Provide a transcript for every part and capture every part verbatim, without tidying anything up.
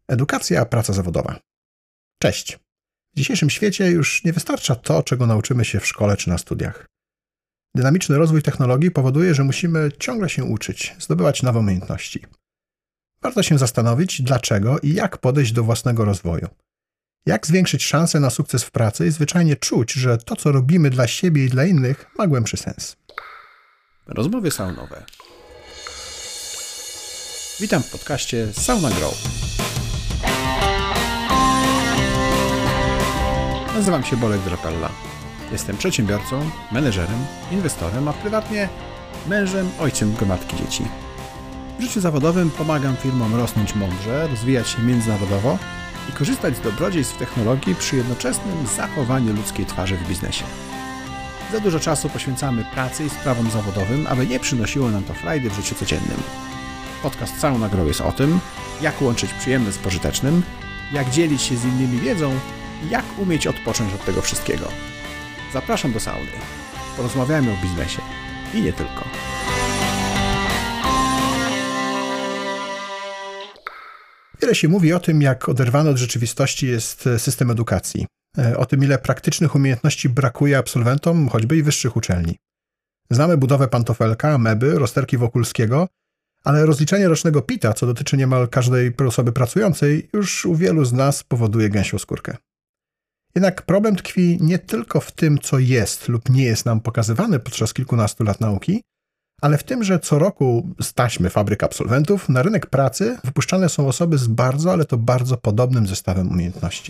Edukacja, praca zawodowa. Cześć. W dzisiejszym świecie już nie wystarcza to, czego nauczymy się w szkole czy na studiach. Dynamiczny rozwój technologii powoduje, że musimy ciągle się uczyć, zdobywać nowe umiejętności. Warto się zastanowić, dlaczego i jak podejść do własnego rozwoju. Jak zwiększyć szanse na sukces w pracy i zwyczajnie czuć, że to, co robimy dla siebie i dla innych, ma głębszy sens. Rozmowy saunowe. Witam w podcaście Sauna Grow. Nazywam się Bolek Drapella. Jestem przedsiębiorcą, menedżerem, inwestorem, a prywatnie mężem, ojcem gromadki dzieci. W życiu zawodowym pomagam firmom rosnąć mądrze, rozwijać się międzynarodowo i korzystać z dobrodziejstw technologii przy jednoczesnym zachowaniu ludzkiej twarzy w biznesie. Za dużo czasu poświęcamy pracy i sprawom zawodowym, aby nie przynosiło nam to frajdy w życiu codziennym. Podcast Sauna Grow jest o tym, jak łączyć przyjemne z pożytecznym, jak dzielić się z innymi wiedzą i jak umieć odpocząć od tego wszystkiego. Zapraszam do sauny. Porozmawiajmy o biznesie i nie tylko. Wiele się mówi o tym, jak oderwany od rzeczywistości jest system edukacji. O tym, ile praktycznych umiejętności brakuje absolwentom choćby i wyższych uczelni. Znamy budowę pantofelka, ameby, rozterki Wokulskiego, ale rozliczenie rocznego pita, co dotyczy niemal każdej osoby pracującej, już u wielu z nas powoduje gęsią skórkę. Jednak problem tkwi nie tylko w tym, co jest lub nie jest nam pokazywane podczas kilkunastu lat nauki, ale w tym, że co roku z taśmy fabryk absolwentów na rynek pracy wypuszczane są osoby z bardzo, ale to bardzo podobnym zestawem umiejętności.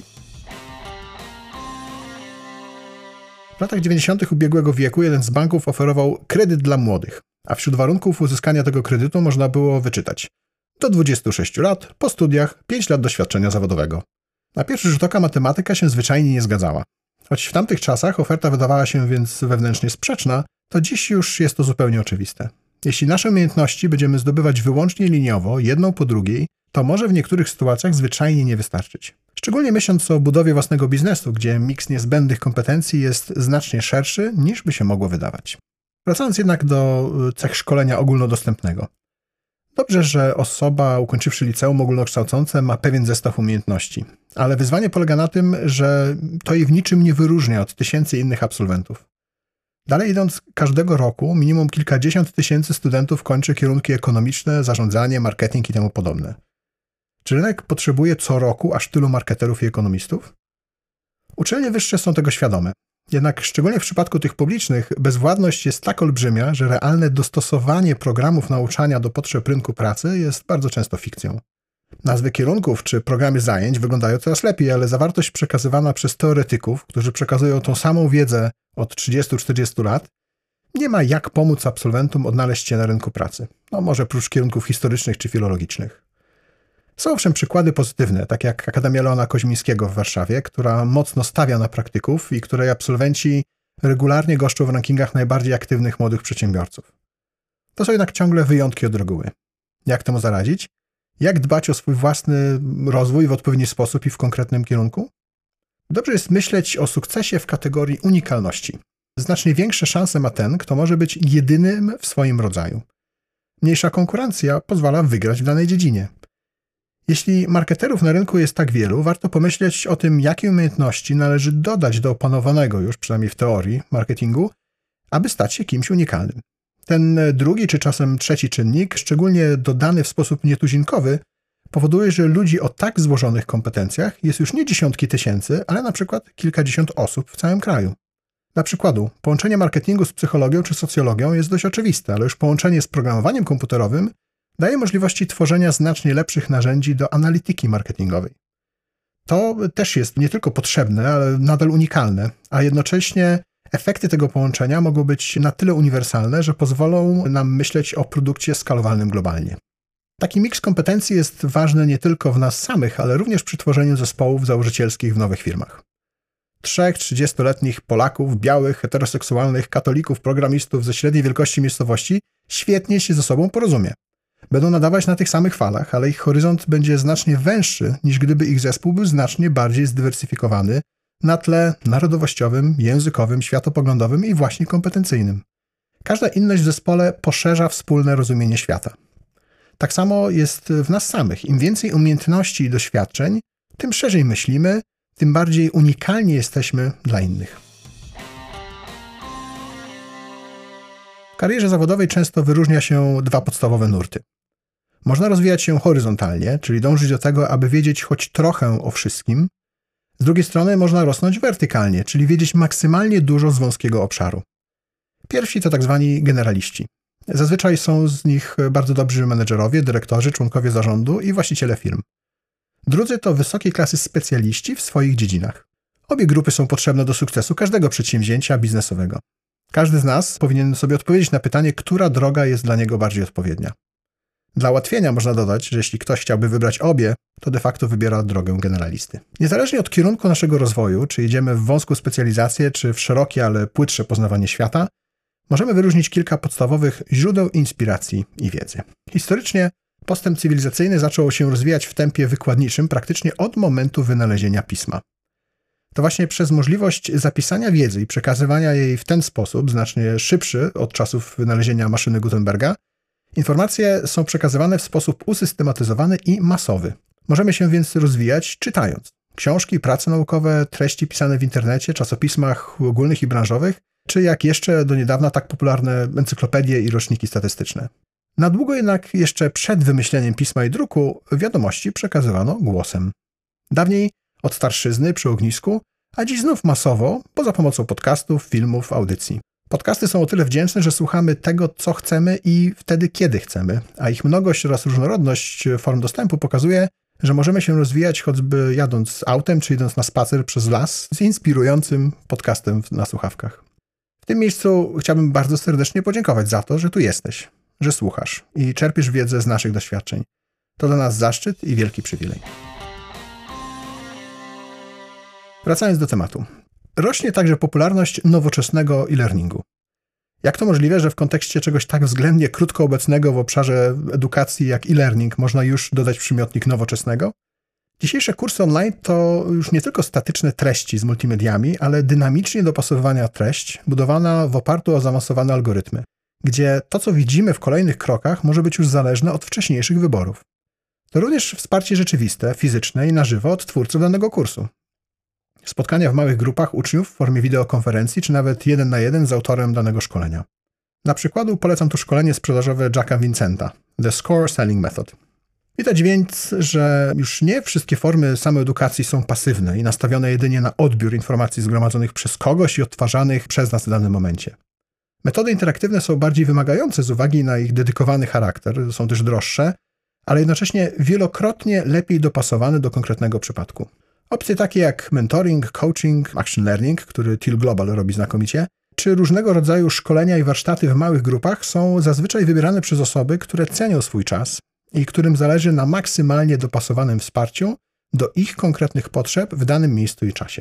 W latach dziewięćdziesiątych ubiegłego wieku jeden z banków oferował kredyt dla młodych, a wśród warunków uzyskania tego kredytu można było wyczytać do dwudziestu sześciu lat, po studiach, pięć lat doświadczenia zawodowego. Na pierwszy rzut oka matematyka się zwyczajnie nie zgadzała. Choć w tamtych czasach oferta wydawała się więc wewnętrznie sprzeczna, to dziś już jest to zupełnie oczywiste. Jeśli nasze umiejętności będziemy zdobywać wyłącznie liniowo, jedną po drugiej, to może w niektórych sytuacjach zwyczajnie nie wystarczyć. Szczególnie myśląc o budowie własnego biznesu, gdzie miks niezbędnych kompetencji jest znacznie szerszy, niż by się mogło wydawać. Wracając jednak do cech szkolenia ogólnodostępnego. Dobrze, że osoba ukończywszy liceum ogólnokształcące ma pewien zestaw umiejętności, ale wyzwanie polega na tym, że to jej w niczym nie wyróżnia od tysięcy innych absolwentów. Dalej idąc, każdego roku minimum kilkadziesiąt tysięcy studentów kończy kierunki ekonomiczne, zarządzanie, marketing i temu podobne. Czy rynek potrzebuje co roku aż tylu marketerów i ekonomistów? Uczelnie wyższe są tego świadome. Jednak szczególnie w przypadku tych publicznych bezwładność jest tak olbrzymia, że realne dostosowanie programów nauczania do potrzeb rynku pracy jest bardzo często fikcją. Nazwy kierunków czy programy zajęć wyglądają coraz lepiej, ale zawartość przekazywana przez teoretyków, którzy przekazują tą samą wiedzę od trzydziestu do czterdziestu lat, nie ma jak pomóc absolwentom odnaleźć się na rynku pracy. No może prócz kierunków historycznych czy filologicznych. Są owszem przykłady pozytywne, tak jak Akademia Leona Koźmińskiego w Warszawie, która mocno stawia na praktyków i której absolwenci regularnie goszczą w rankingach najbardziej aktywnych młodych przedsiębiorców. To są jednak ciągle wyjątki od reguły. Jak temu zaradzić? Jak dbać o swój własny rozwój w odpowiedni sposób i w konkretnym kierunku? Dobrze jest myśleć o sukcesie w kategorii unikalności. Znacznie większe szanse ma ten, kto może być jedynym w swoim rodzaju. Mniejsza konkurencja pozwala wygrać w danej dziedzinie. Jeśli marketerów na rynku jest tak wielu, warto pomyśleć o tym, jakie umiejętności należy dodać do opanowanego już, przynajmniej w teorii, marketingu, aby stać się kimś unikalnym. Ten drugi czy czasem trzeci czynnik, szczególnie dodany w sposób nietuzinkowy, powoduje, że ludzi o tak złożonych kompetencjach jest już nie dziesiątki tysięcy, ale na przykład kilkadziesiąt osób w całym kraju. Dla przykładu, połączenie marketingu z psychologią czy socjologią jest dość oczywiste, ale już połączenie z programowaniem komputerowym daje możliwości tworzenia znacznie lepszych narzędzi do analityki marketingowej. To też jest nie tylko potrzebne, ale nadal unikalne, a jednocześnie efekty tego połączenia mogą być na tyle uniwersalne, że pozwolą nam myśleć o produkcie skalowalnym globalnie. Taki miks kompetencji jest ważny nie tylko w nas samych, ale również przy tworzeniu zespołów założycielskich w nowych firmach. Trzech trzydziestoletnich Polaków, białych, heteroseksualnych, katolików, programistów ze średniej wielkości miejscowości świetnie się ze sobą porozumie. Będą nadawać na tych samych falach, ale ich horyzont będzie znacznie węższy, niż gdyby ich zespół był znacznie bardziej zdywersyfikowany na tle narodowościowym, językowym, światopoglądowym i właśnie kompetencyjnym. Każda inność w zespole poszerza wspólne rozumienie świata. Tak samo jest w nas samych. Im więcej umiejętności i doświadczeń, tym szerzej myślimy, tym bardziej unikalni jesteśmy dla innych. W karierze zawodowej często wyróżnia się dwa podstawowe nurty. Można rozwijać się horyzontalnie, czyli dążyć do tego, aby wiedzieć choć trochę o wszystkim. Z drugiej strony można rosnąć wertykalnie, czyli wiedzieć maksymalnie dużo z wąskiego obszaru. Pierwsi to tak zwani generaliści. Zazwyczaj są z nich bardzo dobrzy menedżerowie, dyrektorzy, członkowie zarządu i właściciele firm. Drudzy to wysokiej klasy specjaliści w swoich dziedzinach. Obie grupy są potrzebne do sukcesu każdego przedsięwzięcia biznesowego. Każdy z nas powinien sobie odpowiedzieć na pytanie, która droga jest dla niego bardziej odpowiednia. Dla ułatwienia można dodać, że jeśli ktoś chciałby wybrać obie, to de facto wybiera drogę generalisty. Niezależnie od kierunku naszego rozwoju, czy jedziemy w wąską specjalizację, czy w szerokie, ale płytsze poznawanie świata, możemy wyróżnić kilka podstawowych źródeł inspiracji i wiedzy. Historycznie postęp cywilizacyjny zaczął się rozwijać w tempie wykładniczym praktycznie od momentu wynalezienia pisma. To właśnie przez możliwość zapisania wiedzy i przekazywania jej w ten sposób, znacznie szybszy od czasów wynalezienia maszyny Gutenberga, informacje są przekazywane w sposób usystematyzowany i masowy. Możemy się więc rozwijać czytając książki, prace naukowe, treści pisane w internecie, czasopismach ogólnych i branżowych, czy jak jeszcze do niedawna tak popularne encyklopedie i roczniki statystyczne. Na długo jednak jeszcze przed wymyśleniem pisma i druku wiadomości przekazywano głosem. Dawniej od starszyzny przy ognisku, a dziś znów masowo, poza pomocą podcastów, filmów, audycji. Podcasty są o tyle wdzięczne, że słuchamy tego, co chcemy i wtedy, kiedy chcemy, a ich mnogość oraz różnorodność form dostępu pokazuje, że możemy się rozwijać choćby jadąc autem, czy idąc na spacer przez las z inspirującym podcastem na słuchawkach. W tym miejscu chciałbym bardzo serdecznie podziękować za to, że tu jesteś, że słuchasz i czerpiesz wiedzę z naszych doświadczeń. To dla nas zaszczyt i wielki przywilej. Wracając do tematu. Rośnie także popularność nowoczesnego e-learningu. Jak to możliwe, że w kontekście czegoś tak względnie krótko obecnego w obszarze edukacji jak e-learning można już dodać przymiotnik nowoczesnego? Dzisiejsze kursy online to już nie tylko statyczne treści z multimediami, ale dynamicznie dopasowywana treść, budowana w oparciu o zaawansowane algorytmy, gdzie to, co widzimy w kolejnych krokach, może być już zależne od wcześniejszych wyborów. To również wsparcie rzeczywiste, fizyczne i na żywo od twórców danego kursu. Spotkania w małych grupach uczniów w formie wideokonferencji, czy nawet jeden na jeden z autorem danego szkolenia. Na przykładu polecam tu szkolenie sprzedażowe Jacka Vincenta, The Score Selling Method. Widać więc, że już nie wszystkie formy samoedukacji są pasywne i nastawione jedynie na odbiór informacji zgromadzonych przez kogoś i odtwarzanych przez nas w danym momencie. Metody interaktywne są bardziej wymagające z uwagi na ich dedykowany charakter, są też droższe, ale jednocześnie wielokrotnie lepiej dopasowane do konkretnego przypadku. Opcje takie jak mentoring, coaching, action learning, który Teal Global robi znakomicie, czy różnego rodzaju szkolenia i warsztaty w małych grupach są zazwyczaj wybierane przez osoby, które cenią swój czas i którym zależy na maksymalnie dopasowanym wsparciu do ich konkretnych potrzeb w danym miejscu i czasie.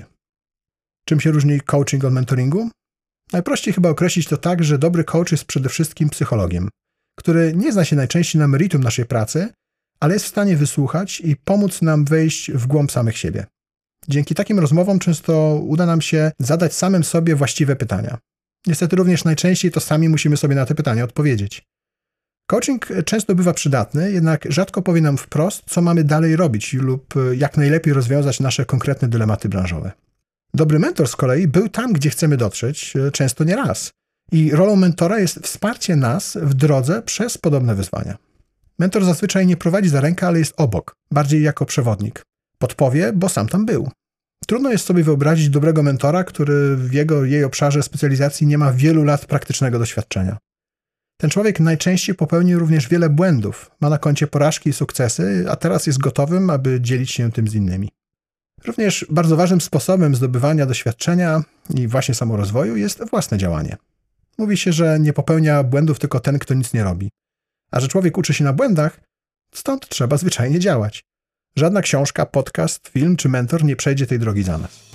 Czym się różni coaching od mentoringu? Najprościej chyba określić to tak, że dobry coach jest przede wszystkim psychologiem, który nie zna się najczęściej na meritum naszej pracy, ale jest w stanie wysłuchać i pomóc nam wejść w głąb samych siebie. Dzięki takim rozmowom często uda nam się zadać samym sobie właściwe pytania. Niestety również najczęściej to sami musimy sobie na te pytania odpowiedzieć. Coaching często bywa przydatny, jednak rzadko powie nam wprost, co mamy dalej robić lub jak najlepiej rozwiązać nasze konkretne dylematy branżowe. Dobry mentor z kolei był tam, gdzie chcemy dotrzeć, często nie raz. I rolą mentora jest wsparcie nas w drodze przez podobne wyzwania. Mentor zazwyczaj nie prowadzi za rękę, ale jest obok, bardziej jako przewodnik. Podpowie, bo sam tam był. Trudno jest sobie wyobrazić dobrego mentora, który w jego jej obszarze specjalizacji nie ma wielu lat praktycznego doświadczenia. Ten człowiek najczęściej popełnił również wiele błędów, ma na koncie porażki i sukcesy, a teraz jest gotowym, aby dzielić się tym z innymi. Również bardzo ważnym sposobem zdobywania doświadczenia i właśnie samorozwoju jest własne działanie. Mówi się, że nie popełnia błędów tylko ten, kto nic nie robi. A że człowiek uczy się na błędach, stąd trzeba zwyczajnie działać. Żadna książka, podcast, film czy mentor nie przejdzie tej drogi za nas.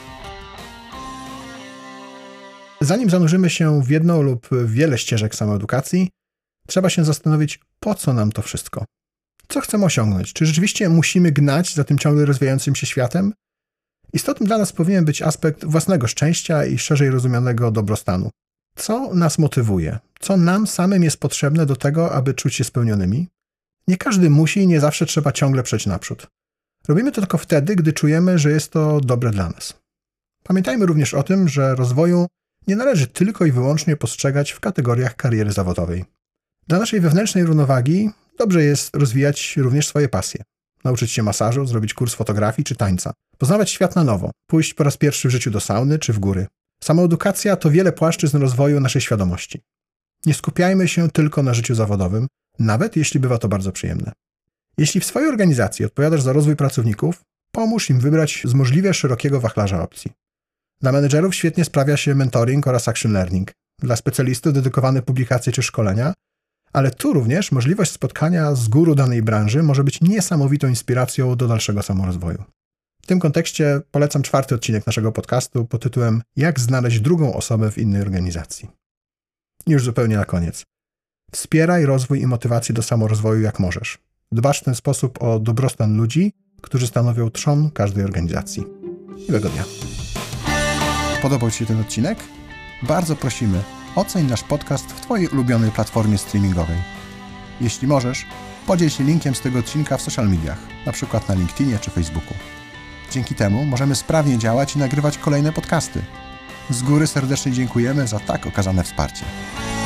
Zanim zanurzymy się w jedną lub wiele ścieżek samoedukacji, trzeba się zastanowić, po co nam to wszystko. Co chcemy osiągnąć? Czy rzeczywiście musimy gnać za tym ciągle rozwijającym się światem? Istotnym dla nas powinien być aspekt własnego szczęścia i szerzej rozumianego dobrostanu. Co nas motywuje? Co nam samym jest potrzebne do tego, aby czuć się spełnionymi? Nie każdy musi i nie zawsze trzeba ciągle przejść naprzód. Robimy to tylko wtedy, gdy czujemy, że jest to dobre dla nas. Pamiętajmy również o tym, że rozwoju nie należy tylko i wyłącznie postrzegać w kategoriach kariery zawodowej. Dla naszej wewnętrznej równowagi dobrze jest rozwijać również swoje pasje. Nauczyć się masażu, zrobić kurs fotografii czy tańca. Poznawać świat na nowo, pójść po raz pierwszy w życiu do sauny czy w góry. Samoedukacja to wiele płaszczyzn rozwoju naszej świadomości. Nie skupiajmy się tylko na życiu zawodowym, nawet jeśli bywa to bardzo przyjemne. Jeśli w swojej organizacji odpowiadasz za rozwój pracowników, pomóż im wybrać z możliwie szerokiego wachlarza opcji. Dla menedżerów świetnie sprawia się mentoring oraz action learning. Dla specjalistów dedykowane publikacje czy szkolenia, ale tu również możliwość spotkania z guru danej branży może być niesamowitą inspiracją do dalszego samorozwoju. W tym kontekście polecam czwarty odcinek naszego podcastu pod tytułem Jak znaleźć drugą osobę w innej organizacji. I już zupełnie na koniec. Wspieraj rozwój i motywację do samorozwoju jak możesz. Dbasz w ten sposób o dobrostan ludzi, którzy stanowią trzon każdej organizacji. Miłego dnia. Podobał Ci się ten odcinek? Bardzo prosimy, oceń nasz podcast w Twojej ulubionej platformie streamingowej. Jeśli możesz, podziel się linkiem z tego odcinka w social mediach, na przykład na LinkedInie czy Facebooku. Dzięki temu możemy sprawnie działać i nagrywać kolejne podcasty. Z góry serdecznie dziękujemy za tak okazane wsparcie.